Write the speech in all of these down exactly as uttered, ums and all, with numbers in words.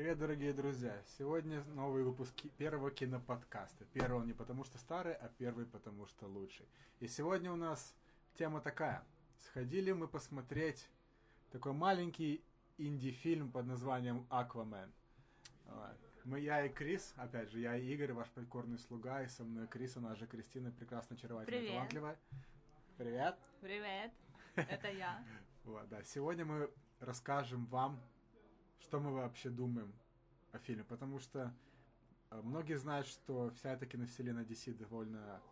Привет, дорогие друзья! Сегодня новый выпуск ки- первого киноподкаста. Первый он не потому что старый, а первый потому что лучший. И сегодня у нас тема такая. Сходили мы посмотреть такой маленький инди-фильм под названием «Аквамен». Вот. Мы, я и Крис, опять же, я и Игорь, ваш покорный слуга, и со мной Крис, она же Кристина, прекрасно, очаровательная, Привет. талантливая. Привет! Привет, это я. Вот, да. Сегодня мы расскажем вам, что мы вообще думаем о фильме, потому что э, многие знают, что вся эта киновселенная ди си довольно,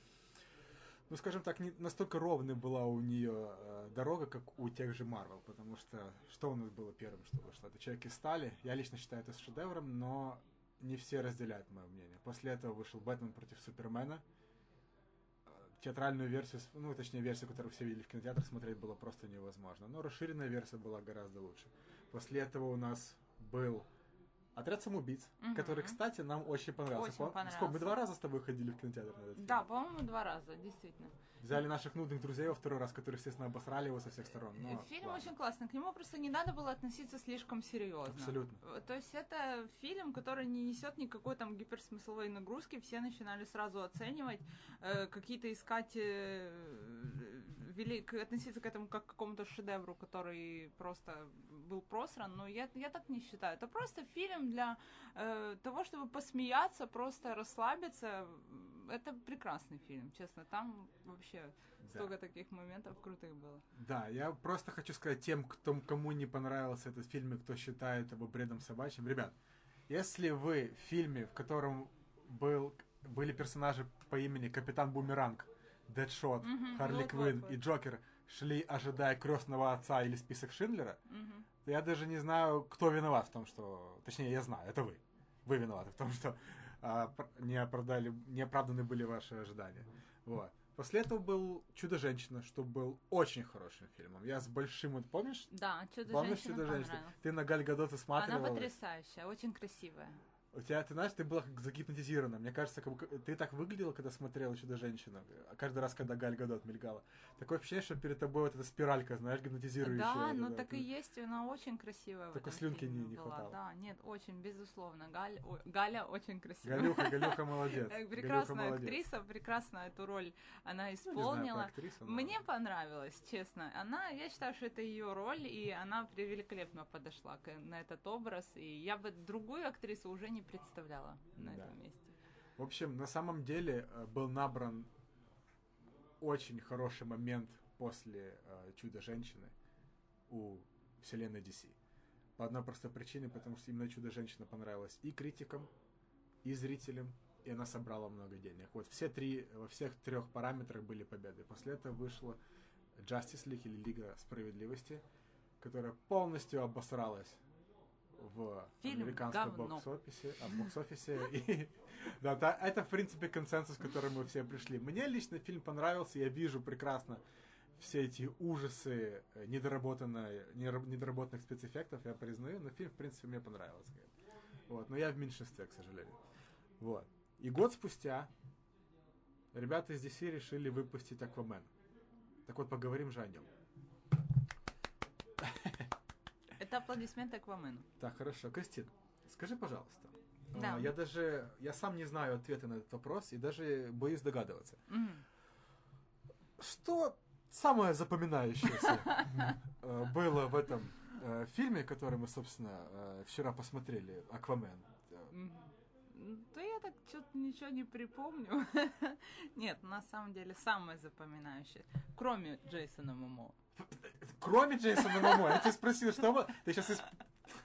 ну скажем так, не настолько ровной была у нее э, дорога, как у тех же Marvel, потому что что у нас было первым, что вышло? Это «Человек из стали». Я лично считаю это шедевром, но не все разделяют мое мнение. После этого вышел «Бэтмен против Супермена». Театральную версию, ну, точнее, версию, которую все видели в кинотеатре, смотреть было просто невозможно. Но расширенная версия была гораздо лучше. После этого у нас был «Отряд самоубийц», угу. который, кстати, нам очень понравился. Очень Пом- понравился. Сколько? Мы два раза с тобой ходили в кинотеатр на этот фильм. Да, по-моему, два раза, действительно. Взяли наших нудных друзей во второй раз, которые, естественно, обосрали его со всех сторон. Но фильм ладно. очень классный. К нему просто не надо было относиться слишком серьезно. Абсолютно. То есть это фильм, который не несет никакой там гиперсмысловой нагрузки. Все начинали сразу оценивать, э, какие-то искать, э, вели, относиться к этому как к какому-то шедевру, который просто был просран. Но я, я так не считаю. Это просто фильм для э, того, чтобы посмеяться, просто расслабиться. Это прекрасный фильм, честно. Там вообще да. столько таких моментов крутых было. Да, я просто хочу сказать тем, кто, кому не понравился этот фильм и кто считает его бредом собачьим. Ребят, если вы в фильме, в котором был, были персонажи по имени Капитан Бумеранг, Дэдшот, mm-hmm, Харли вот, Квинн вот, вот. и Джокер шли, ожидая крестного отца или список Шиндлера, mm-hmm. то я даже не знаю, кто виноват в том, что... Точнее, я знаю, это вы. Вы виноваты в том, что а, не оправдали, не оправданы были ваши ожидания. Вот. После этого был «Чудо-женщина», что был очень хорошим фильмом. Я с большим... Помнишь? Да, «Чудо-женщина» Помнишь «Чудо-женщина»? Ты на Галь Гадот осматривалась. Она потрясающая, очень красивая. У тебя, ты знаешь, ты была как загипнотизирована. Мне кажется, как, ты так выглядела, когда смотрела «Чудо-женщину». Каждый раз, когда Галь Гадот мелькала. Такое ощущение, что перед тобой вот эта спиралька, знаешь, гипнотизирующая. Да, ну да, так ты... и есть, она очень красивая. Только в этом слюнки фильме не, не была. хватало. Да, нет, очень, безусловно. Галь, о, Галя очень красивая. Галюха, Галюха молодец. Прекрасная Галюха актриса, молодец. Прекрасно эту роль она исполнила. Ну, не знаю, актриса, но... Мне понравилось, честно. Она, я считаю, что это ее роль, и она великолепно подошла к, на этот образ. И я бы другую актрису уже не представляла на да. этом месте. В общем, на самом деле был набран очень хороший момент после э, «Чудо-женщины» у вселенной ди си. По одной простой причине, потому что именно «Чудо-женщина» понравилась и критикам, и зрителям, и она собрала много денег. Вот все три, во всех трех параметрах были победы. После этого вышла Justice League или Лига Справедливости, которая полностью обосралась в фильм американском бокс-офисе, а в бокс-офисе и да, да, это в принципе консенсус, к которому мы все пришли. Мне лично фильм понравился, я вижу прекрасно все эти ужасы недоработанных, недоработанных спецэффектов, я признаю, но фильм в принципе мне понравился. Вот, но я в меньшинстве, к сожалению. Вот. И год спустя ребята из ди си решили выпустить «Аквамен». Так вот, поговорим же о нем. Это аплодисменты Аквамену. Так, хорошо. Кристин, скажи, пожалуйста. Да. А, я даже, я сам не знаю ответа на этот вопрос и даже боюсь догадываться. Mm-hmm. Что самое запоминающееся было в этом фильме, который мы, собственно, вчера посмотрели, «Аквамен»? Да я так что-то ничего не припомню. Нет, на самом деле самое запоминающее, кроме Джейсона Момоа. Кроме Джейсона Момоа? Я тебя спросил, что... Ты сейчас... Исп...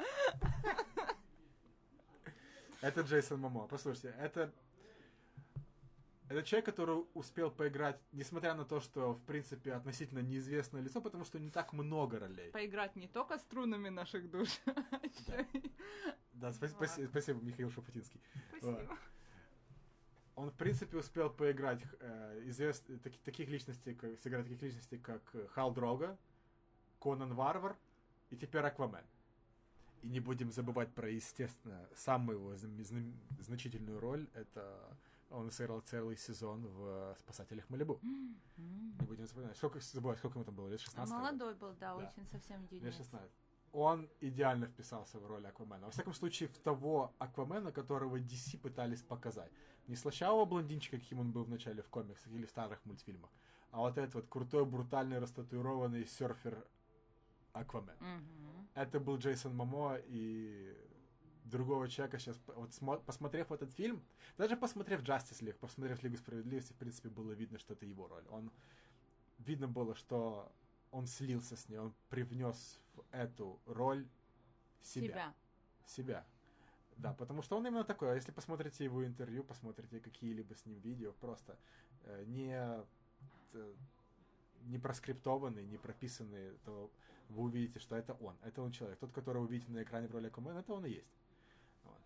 Это Джейсон Момоа. Послушайте, это... Это человек, который успел поиграть, несмотря на то, что, в принципе, относительно неизвестное лицо, потому что не так много ролей. Поиграть не только струнами наших душ. Да, да спасибо, спасибо, Михаил Шафутинский. Спасибо. Он, в принципе, успел поиграть э, извест... таки, таких личностей, как, сыграть таких личностей, как Хал Дрога, Конан Варвар и теперь Аквамен. И не будем забывать про, естественно, самую его зна... значительную роль. Это он сыграл целый сезон в «Спасателях Малибу». Mm-hmm. Не будем забывать. Сколько, забывать, сколько ему там было? Лет шестнадцать? Он молодой был, да, да, очень совсем юный. Лет шестнадцать. он идеально вписался в роль Аквамена. Во всяком случае, в того Аквамена, которого ди си пытались показать. Не слащавого блондинчика, каким он был в начале в комиксах или в старых мультфильмах, а вот этот вот крутой, брутальный, растатуированный серфер Аквамен. Мгм. Это был Джейсон Момоа, и другого человека сейчас, вот смо- посмотрев этот фильм, даже посмотрев Justice League, посмотрев Лигу Справедливости, в принципе, было видно, что это его роль. Он, видно было, что он слился с ней, он привнес в эту роль себя. Себя. Себя. Да, потому что он именно такой. А если посмотрите его интервью, посмотрите какие-либо с ним видео, просто э, не, э, не проскриптованные, не прописанные, то вы увидите, что это он. Это он человек. Тот, которого вы видите на экране в роли Аквамена, это он и есть. Вот.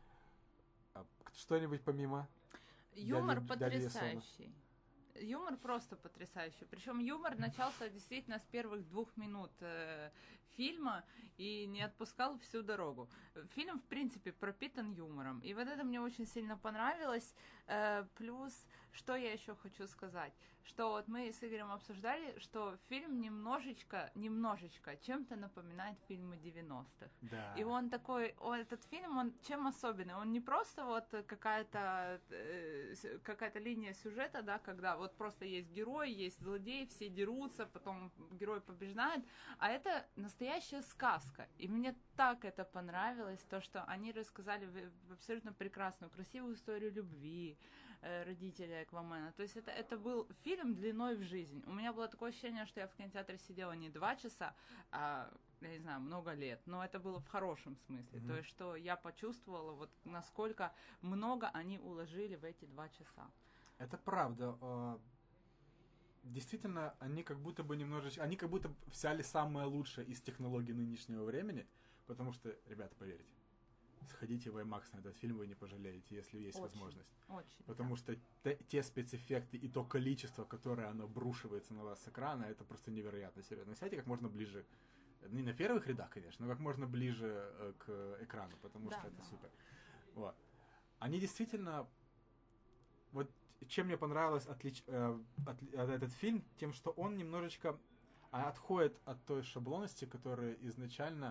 А что-нибудь помимо Юмор дяди- дяди Ясона? потрясающий. Юмор просто потрясающий. Причем юмор начался действительно с первых двух минут э, фильма и не отпускал всю дорогу. Фильм, в принципе, пропитан юмором. И вот это мне очень сильно понравилось. Э, плюс, что я еще хочу сказать? Что вот мы с Игорем обсуждали, что фильм немножечко, немножечко чем-то напоминает фильмы девяностых. Да. И он такой, он, этот фильм, он чем особенный? Он не просто вот какая-то э, с- какая-то линия сюжета, да, когда вот просто есть герой, есть злодей, все дерутся, потом герой побеждает, а это настоящая сказка. И мне так это понравилось, то, что они рассказали в- абсолютно прекрасную, красивую историю любви э, родителей Аквамена. То есть это, это был фильм длиной в жизнь. У меня было такое ощущение, что я в кинотеатре сидела не два часа, а, я не знаю, много лет. Но это было в хорошем смысле. Мгм. То есть, что я почувствовала, вот насколько много они уложили в эти два часа. Это правда. э, Действительно, они как будто бы немножечко... Они как будто взяли самое лучшее из технологий нынешнего времени, потому что, ребята, поверьте, сходите в IMAX на этот фильм, вы не пожалеете, если есть Очень. возможность. Очень. Потому что те, те спецэффекты и то количество, которое оно обрушивается на вас с экрана, это просто невероятно серьезно. Сядьте как можно ближе, не на первых рядах, конечно, но как можно ближе э, к экрану, потому Да, что это да. супер. Вот. Они действительно... Вот чем мне понравилось отлич... э, отли- э, этот фильм, тем, что он немножечко а, отходит от той шаблонности, которая изначально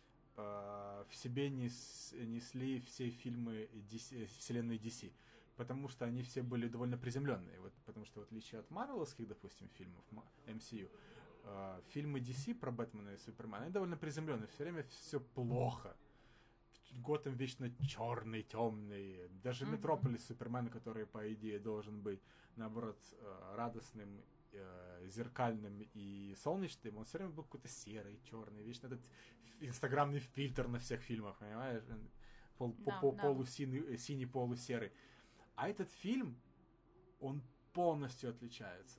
э, в себе нес- несли все фильмы ди си, вселенной ди си. Потому что они все были довольно приземленные. Вот, потому что в отличие от марвеловских, допустим, фильмов эм си ю, э, фильмы ди си про Бэтмена и Супермена, они довольно приземленные. Все время все плохо. Готэм вечно черный, темный. Даже Мгм. Метрополис Супермена, который, по идее, должен быть, наоборот, э, радостным, э, зеркальным и солнечным, он все время был какой-то серый, черный. Вечно этот инстаграмный фильтр на всех фильмах, понимаешь? Пол, по- Да, по- да. полусиний, э, синий, полусерый. А этот фильм, он полностью отличается.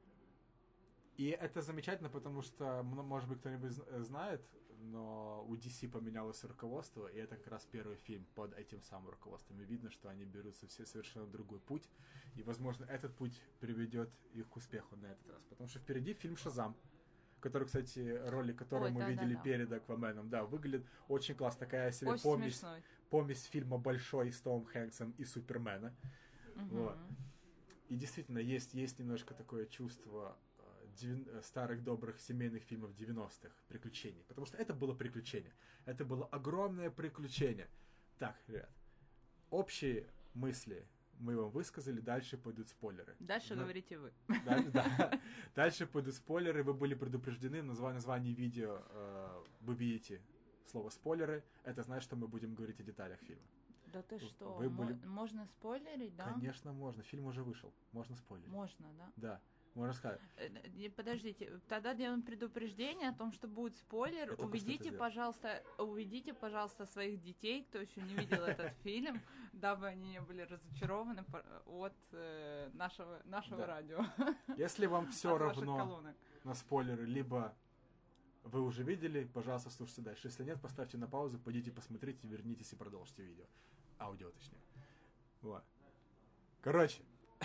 И это замечательно, потому что, м, может быть, кто-нибудь зн- знает, но у ди си поменялось руководство, и это как раз первый фильм под этим самым руководством. И видно, что они берут все совершенно другой путь, и, возможно, этот путь приведет их к успеху на этот раз. Потому что впереди фильм «Шазам», который, кстати, ролик, который Ой, мы да, да, видели да. перед Акваменом, да, выглядит очень классно. Такая себе Очень помесь, смешной. помесь фильма «Большой» с Томом Хэнксом и Супермена. Мгм. Вот. И действительно, есть, есть немножко такое чувство э, девян- э, старых добрых семейных фильмов девяностых, приключений. Потому что это было приключение. Это было огромное приключение. Так, ребят, общие мысли мы вам высказали, дальше пойдут спойлеры. Дальше На- говорите вы. Да, да. Дальше пойдут спойлеры, вы были предупреждены, название, название видео э, вы видите слово спойлеры, это значит, что мы будем говорить о деталях фильма. Да ты что, Вы мо- были- можно спойлерить, да? Конечно, можно, фильм уже вышел, можно спойлерить. Можно, да? Да, можно сказать. Э, э, Подождите, тогда делаем предупреждение о том, что будет спойлер. Я только что это Уведите, сделал. пожалуйста, уведите, пожалуйста, своих детей, кто еще не видел этот фильм, дабы они не были разочарованы по- от э, нашего нашего Да. радио. Если вам все От ваших равно колонок. на спойлеры, либо вы уже видели, пожалуйста, слушайте дальше. Если нет, поставьте на паузу, пойдите посмотрите, вернитесь и продолжите видео. Аудио, точнее. Вот. Короче,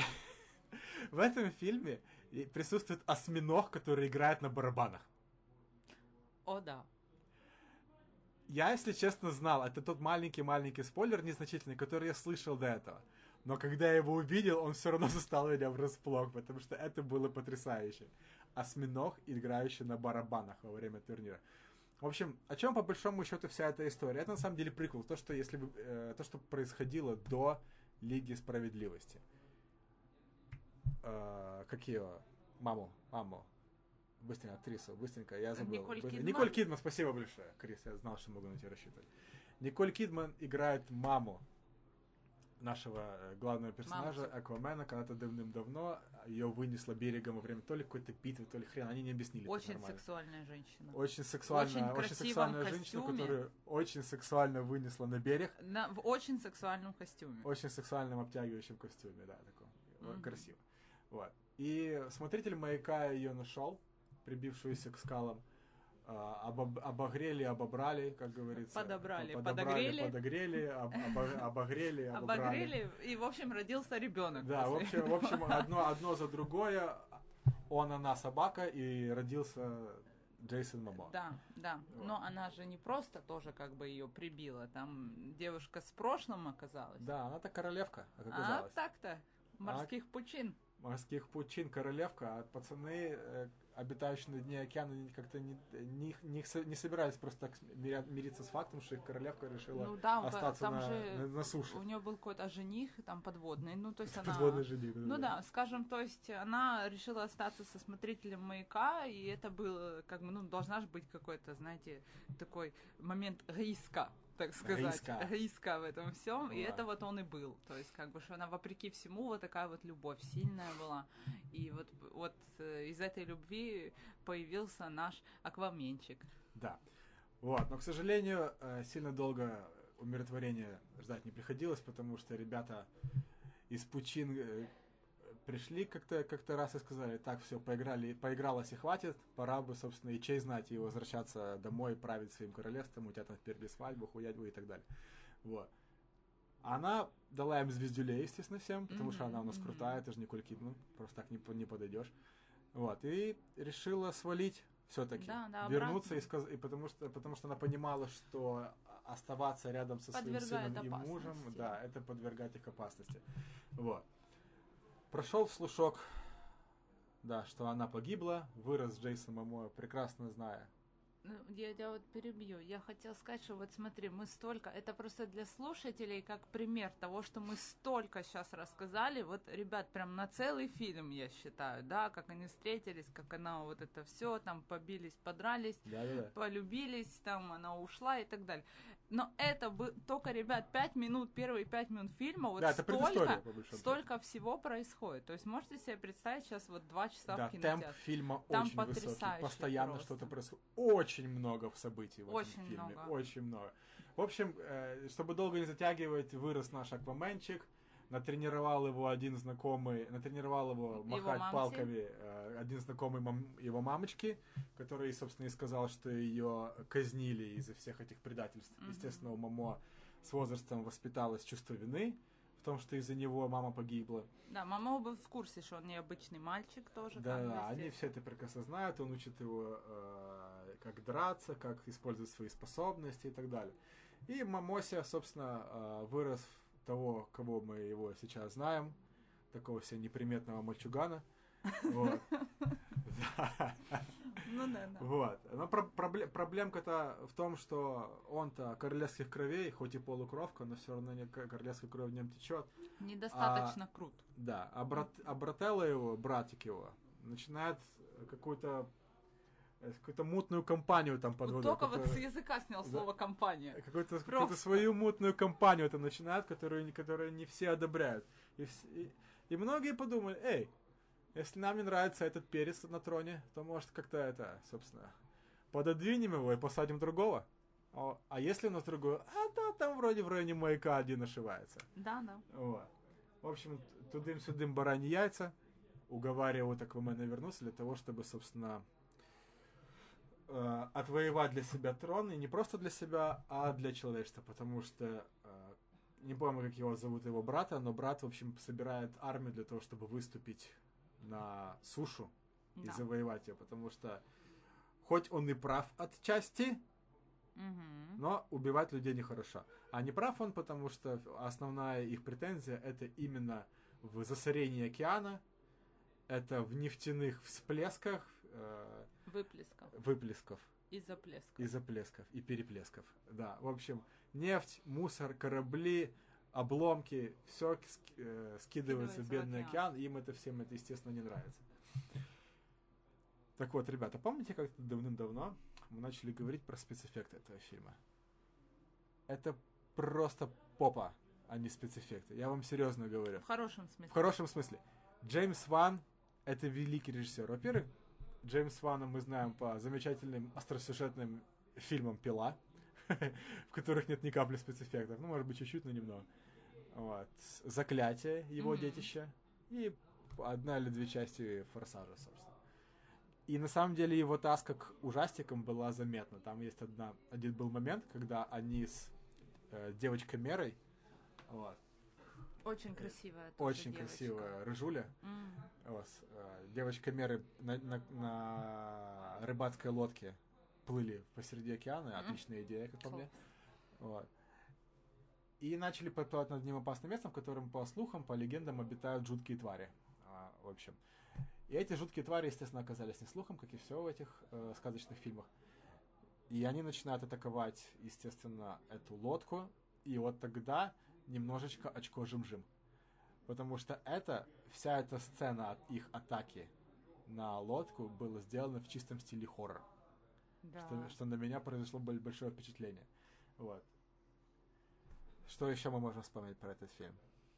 в этом фильме и присутствует осьминог, который играет на барабанах. О, да. Я, если честно, знал, это тот маленький-маленький спойлер незначительный, который я слышал до этого. Но когда я его увидел, он все равно застал меня врасплох, потому что это было потрясающе. Осьминог, играющий на барабанах во время турнира. В общем, о чем по большому счету вся эта история? Это на самом деле приквел. То, что, если бы, э, то, что происходило до Лиги Справедливости. Э, как ее? Маму, маму. Быстренько, актрису, быстренько, я забыл. Николь Быстро... Кидман? Николь Кидман, спасибо большое, Крис, я знал, что могу на тебя рассчитывать. Николь Кидман играет маму нашего главного персонажа, Мамочек. Аквамена, когда-то давным-давно ее вынесло берегом во время то ли какой-то битвы, то ли хрен, они не объяснили. Очень нормально. сексуальная женщина. Очень сексуальная, Очень очень сексуальная женщина, костюме. которую очень сексуально вынесла на берег. На, в очень сексуальном костюме. Очень сексуальном обтягивающем костюме, да, таком. Мгм. Красиво. Вот. И смотритель маяка ее нашел, прибившуюся к скалам. а, обоб- обогрели, обобрали, как говорится. Подобрали, Подобрали, подогрели. подогрели, об- обо- обогрели, обобрали. Обогрели, и, в общем, родился ребенок. Да, в общем, в общем одно, одно за другое. Он, она, собака, и родился Джейсон Момоа. Да, да. Вот. Но она же не просто тоже как бы ее прибила. Там девушка с прошлым оказалась. Да, она-то королевка, как А оказалось. так-то. Морских пучин. Морских пучин королевка, а пацаны, э, обитающие на дне океана, они как-то не, не, не, со- не собирались просто так миря- мириться с фактом, что их королевка решила Ну да, остаться там на, же на, на суше. у нее был какой-то жених там подводный. Ну, то есть она... Подводный жених. Ну да, скажем, то есть она решила остаться со смотрителем маяка, и это было, как бы, ну, должна же быть какой-то, знаете, такой момент риска, так сказать, Риска. риска в этом всем, и Да. это вот он и был. То есть, как бы, что она вопреки всему вот такая вот любовь сильная была, и вот, вот э, из этой любви появился наш Акваменчик. Да. Вот, но, к сожалению, э, сильно долго умиротворения ждать не приходилось, потому что ребята из пучин э, пришли как-то как-то раз и сказали, так, все, поиграли, поигралось и хватит, пора бы, собственно, и честь знать, и возвращаться домой, править своим королевством, у тебя там впереди свадьбу, хуядьбу и так далее. Вот. Она дала им звездюлей, естественно, всем, потому что она у нас Мгм, крутая, мгм. это же Николь Кидман, просто так не, по- не подойдешь. Вот, и решила свалить все-таки, Да, да, вернуться обратно. и сказать, и потому что, потому что она понимала, что оставаться рядом со своим Подвергает сыном и мужем, опасности. да, это подвергать их опасности. Вот. Прошел слушок, да, что она погибла, вырос Джейсон Момоа, прекрасно зная. Ну, я тебя вот перебью. Я хотела сказать, что вот смотри, мы столько... Это просто для слушателей как пример того, что мы столько сейчас рассказали. Вот, ребят, прям на целый фильм, я считаю, да, как они встретились, как она вот это все, там побились, подрались, Да-да-да. полюбились, там она ушла и так далее. Но это бы только, ребят, пять минут, первые пять минут фильма, вот Да, это столько, предыстория, по большому счету. столько всего происходит. То есть можете себе представить сейчас вот два часа Да, в темп кинотеатре. фильма Там очень высокий, потрясающе постоянно просто. что-то происходит. Очень много событий в Очень этом фильме, много. очень много. В общем, э, чтобы долго не затягивать, вырос наш Акваменчик, натренировал его один знакомый, натренировал его Его махать мамси. палками э, один знакомый мам- его мамочки, который, собственно, и сказал, что ее казнили из-за всех этих предательств. Мгм. Естественно, у Момо с возрастом воспиталось чувство вины в том, что из-за него мама погибла. Да, мама был в курсе, что он необычный мальчик тоже. Да, как бы, да, они естественно. все это прекрасно знают, он учит его, э, как драться, как использовать свои способности и так далее. И Мамося, собственно, э, вырос в того, кого мы его сейчас знаем, такого себе неприметного мальчугана. Вот. Да. Ну да, да. Вот. Но про- пробле- проблемка-то в том, что он-то королевских кровей, хоть и полукровка, но все равно не к- королевская кровь в нем течет. Недостаточно крут. Да, а, брат, а брателло его, братик его, начинает какую-то э, какую-то мутную компанию там под Вот водой. только вот с которая- языка снял Да. слово компания. Какую-то, Просто. какую-то свою мутную компанию там начинают, которую, не- которую не все одобряют. И, вс- и, и многие подумали, эй, если нам не нравится этот перец на троне, то может как-то это, собственно, пододвинем его и посадим другого. А, а если у нас другой, а да, там вроде в районе маяка один ошивается. Да, да. Вот. В общем, тудым-сюдым бараньи яйца уговаривают Аквамена вернуться для того, чтобы, собственно, э, отвоевать для себя трон, и не просто для себя, а для человечества, потому что, э, не помню, как его зовут, его брата, но брат, в общем, собирает армию для того, чтобы выступить на сушу и Да. завоевать ее, потому что хоть он и прав отчасти, Мгм. но убивать людей нехорошо. А не прав он, потому что основная их претензия это именно в засорении океана, это в нефтяных всплесках, э, Выплесков. выплесков. И заплесков. И заплесков, и переплесков. Да, в общем, нефть, мусор, корабли, обломки, все э, скидывается в бедный в океан. океан, им это всем это, естественно, не нравится. Так вот, ребята, помните, как-то давным-давно мы начали говорить про спецэффекты этого фильма? Это просто попа, а не спецэффекты. Я вам серьезно говорю. В хорошем смысле. В хорошем смысле. Джеймс Ван — это великий режиссер. Во-первых, Джеймс Вана мы знаем по замечательным остросюжетным фильмам «Пила», в которых нет ни капли спецэффектов. Ну, может быть, чуть-чуть, но немного. Вот. «Заклятие», его mm-hmm. детище. И одна или две части «Форсажа», собственно. И на самом деле его таска к ужастикам была заметна. Там есть одна, один был момент, когда они с э, девочкой Мерой, вот, очень красивая. Очень девочка. красивая рыжуля. Mm. Вот, э, девочка Меры на, на, на рыбацкой лодке плыли посреди океана. Mm. Отличная идея, как по мне. Вот. И начали подплывать над одним опасным местом, в котором, по слухам, по легендам, обитают жуткие твари. А, в общем. И эти жуткие твари, естественно, оказались не слухом, как и все в этих э, сказочных фильмах. И они начинают атаковать, естественно, эту лодку. И вот тогда немножечко очко жим-жим. Потому что это, вся эта сцена от их атаки на лодку была сделана в чистом стиле хоррор. Да. Что, что на меня произошло большое впечатление. Вот. Что еще мы можем вспомнить про этот фильм?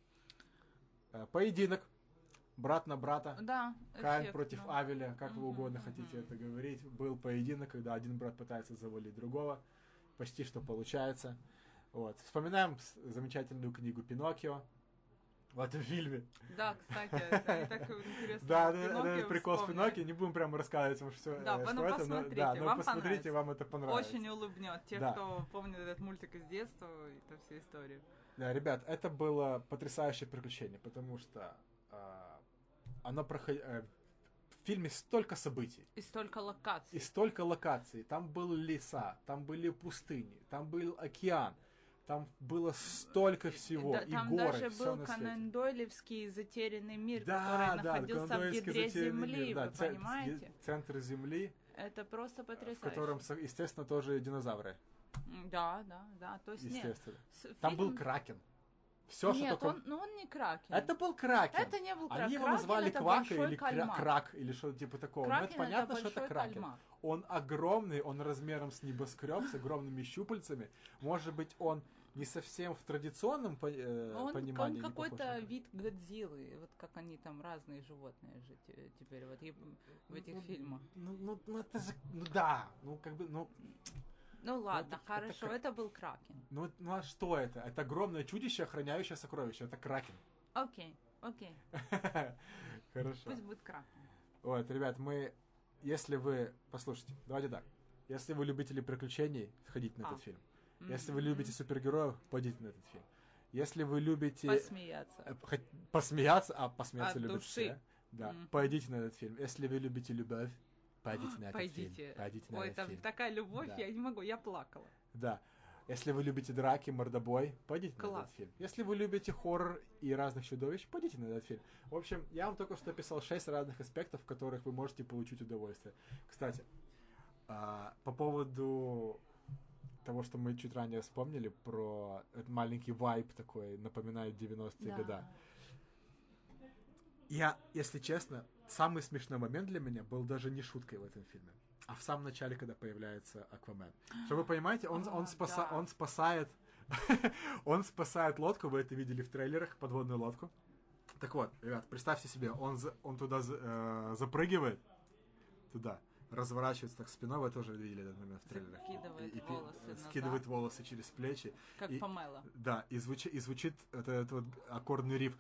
Поединок. Брат на брата. Да. Каин эффект, против да. Авеля, как угу, вы угодно угу. хотите это говорить. Был поединок, когда один брат пытается завалить другого. Почти что получается. Вот. Вспоминаем замечательную книгу «Пиноккио» в этом фильме. Да, кстати, это так интересно. Да, это прикол с Пиноккио, не будем прямо рассказывать вам, что, да, что ну, это. Посмотрите, но, да, вам но посмотрите, вам это понравится. Очень улыбнет тех, да. кто помнит этот мультик из детства и эту всю историю. Да, ребят, это было потрясающее приключение, потому что э, оно проходило... Э, в фильме столько событий. И столько локаций. И столько локаций. Там были леса, там были пустыни, там был океан. Там было столько всего, да, и там горы, даже все был на Конан Дойлевский затерянный мир, да, который да, находился в ядре Земли, мир, да, вы ц- понимаете? Центр Земли. Это просто потрясающе. В котором, естественно, тоже динозавры. Да, да, да. То есть, естественно. Нет, там фильм... был Кракен. Все, Нет, что он, ну он не Кракен. Это был Кракен. Это не был Кракен. Они его Кракен назвали это Квака или кальмар. Крак, или что-то типа такого. Кракен Но это понятно, это что это Кракен. Кальмар. Он огромный, он размером с небоскреб, с огромными щупальцами. Может быть, он не совсем в традиционном э, он, понимании. Он какой-то вид Годзиллы, вот как они там разные животные же теперь вот в этих ну, фильмах. Ну, ну, ну это же, ну да, ну как бы, ну. Ну ладно, это, хорошо, это, это был Кракен. Ну, ну а что это? Это огромное чудище, охраняющее сокровище. Это Кракен. Окей, окей. Хорошо. Пусть будет Кракен. Вот, ребят, мы, если вы, послушайте, давайте так. Если вы любители приключений, сходите на а. этот фильм. Mm-hmm. Если вы любите супергероев, пойдите на этот фильм. Если вы любите... Посмеяться. Э, посмеяться, а посмеяться От любят души. все. Да, mm-hmm. пойдите на этот фильм. Если вы любите любовь, пойдите на этот пойдите. фильм. Пойдите на Ой, этот там фильм. такая любовь, да. я не могу, я плакала. Да. Если вы любите драки, мордобой, пойдите Класс. на этот фильм. Если вы любите хоррор и разных чудовищ, пойдите на этот фильм. В общем, я вам только что описал шесть разных аспектов, в которых вы можете получить удовольствие. Кстати, а, по поводу того, что мы чуть ранее вспомнили, про этот маленький вайб такой, напоминает девяностые да. года. Я, если честно, самый смешной момент для меня был даже не шуткой в этом фильме, а в самом начале, когда появляется Аквамен. Что вы понимаете, он, он, спаса, да. он спасает он спасает лодку, вы это видели в трейлерах, подводную лодку. Так вот, ребят, представьте себе, он, за, он туда э, запрыгивает, туда, разворачивается так спиной, вы тоже видели этот момент в трейлерах. Скидывает и, и, волосы скидывает назад. волосы через плечи. Как и, Памела. Да, и, звучи, и звучит этот, этот вот аккордный риф.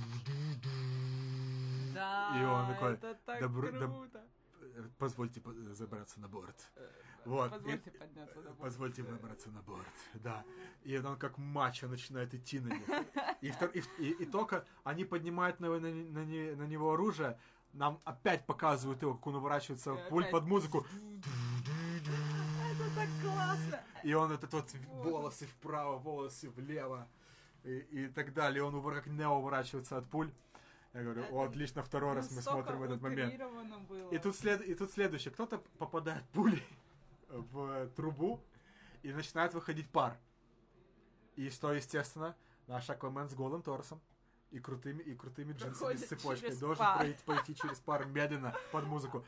Да, и он такой, это так добро, круто. Доб... Позвольте забраться на борт. Вот. Позвольте и... подняться на борт. Позвольте выбраться на борт, да. И он как мачо начинает идти на них. И, и, и, и только они поднимают на, на, на, на него оружие, нам опять показывают его, как он уворачивается в пульт под музыку. Это так классно. И он этот вот волосы вправо, волосы влево. И, и так далее. Он как Нео уворачивается от пуль. Я говорю, о, отлично, второй раз мы смотрим этот момент. Было. И тут, след, и тут следующее. Кто-то попадает пулей в трубу, и начинает выходить пар. И что, естественно, наш Аквамен с голым торсом и крутыми, и крутыми джинсами с цепочкой должен пройти, пойти через пар медленно под музыку.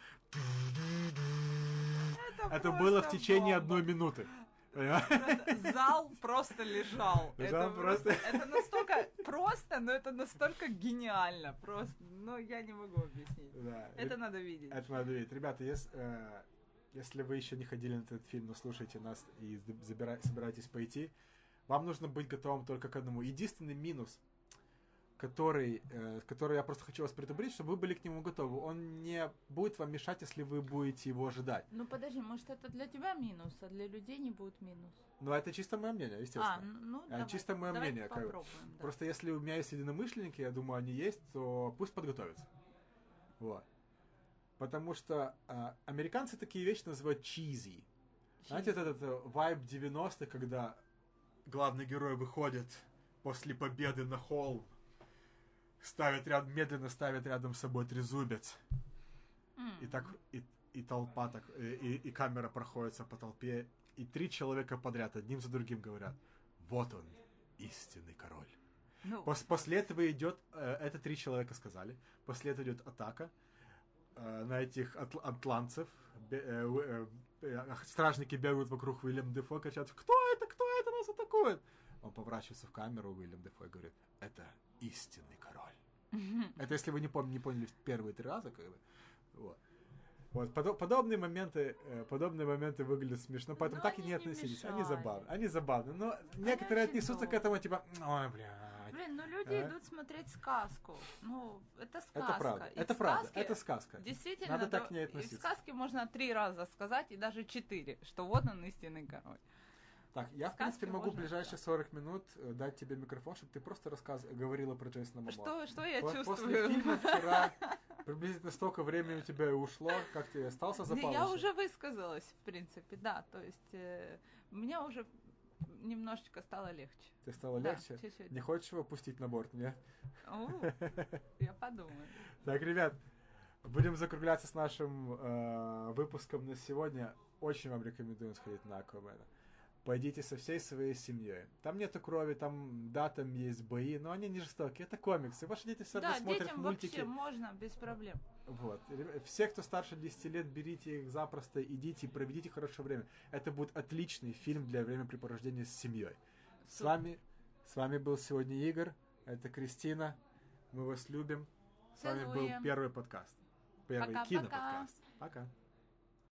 Это, Это было в течение бомба. одной минуты. Просто, зал просто лежал. Зал это, просто... это настолько просто, но это настолько гениально. Просто, ну, я не могу объяснить. Да. Это надо видеть. Это надо видеть. Ребята, если, э, если вы еще не ходили на этот фильм, но слушаете нас и забира... собираетесь пойти, вам нужно быть готовым только к одному. Единственный минус, который, э, который я просто хочу вас предупредить, чтобы вы были к нему готовы. Он не будет вам мешать, если вы будете его ожидать. Ну подожди, может это для тебя минус, а для людей не будет минус? Ну это чисто мое мнение, естественно. А, ну это давай, чисто мое давай мнение. попробуем. Как... Да. Просто если у меня есть единомышленники, я думаю, они есть, то пусть подготовятся. Вот. Потому что э, американцы такие вещи называют cheesy. Знаете, этот, этот вайб девяностых, когда главный герой выходит после победы на холм, ставит рядом, медленно ставит рядом с собой трезубец. Mm. И так, и, и толпа так, и, и, и камера проходится по толпе, и три человека подряд одним за другим говорят: вот он, истинный король. No. Пос, после этого идет, э, это три человека сказали, после этого идет атака э, на этих атл, атлантцев, бе, э, э, стражники бегают вокруг Уильяма Дефо, кричат: кто это, кто это нас атакует? Он поворачивается в камеру, Уильям Дефо, и говорит: это истинный король. Mm-hmm. Это если вы не, пом- не поняли первые три раза, как бы. Вот. Вот. Подо- подобные моменты, э, подобные моменты выглядят смешно, поэтому но так и не относились. Они забавны, они забавны. Но некоторые они отнесутся к этому типа: ой, блядь. Блин, ну люди а? идут смотреть сказку. Ну, это сказка. Это правда. И это правда. Это сказка. Действительно, надо так то, к ней относиться. И в сказке можно три раза сказать, и даже четыре, что вот он истинный король. Так, я, в принципе, могу в ближайшие сорок минут дать тебе микрофон, чтобы ты просто рассказ... говорила про Джейсона Момоа. Что, что я По- чувствую? После фильма вчера приблизительно столько времени у тебя и ушло, как ты остался за палочкой? Я уже высказалась, в принципе, да, то есть э, мне уже немножечко стало легче. Ты стало да, легче? Чуть-чуть. Не хочешь его пустить на борт, нет? О, я подумаю. Так, ребят, будем закругляться с нашим э, выпуском на сегодня. Очень вам рекомендую сходить на Аквамена. Пойдите со всей своей семьей. Там нету крови, там, да, там есть бои, но они не жестокие. Это комиксы. Ваши дети все равно да, смотрят детям мультики. Вообще можно, без проблем. Вот. Все, кто старше десяти лет, берите их запросто, идите и проведите хорошее время. Это будет отличный фильм для времяпрепровождения с семьей. С вами, с вами был сегодня Игорь, это Кристина. Мы вас любим. С вами был первый подкаст. Первый Пока, киноподкаст. Пока. Пока.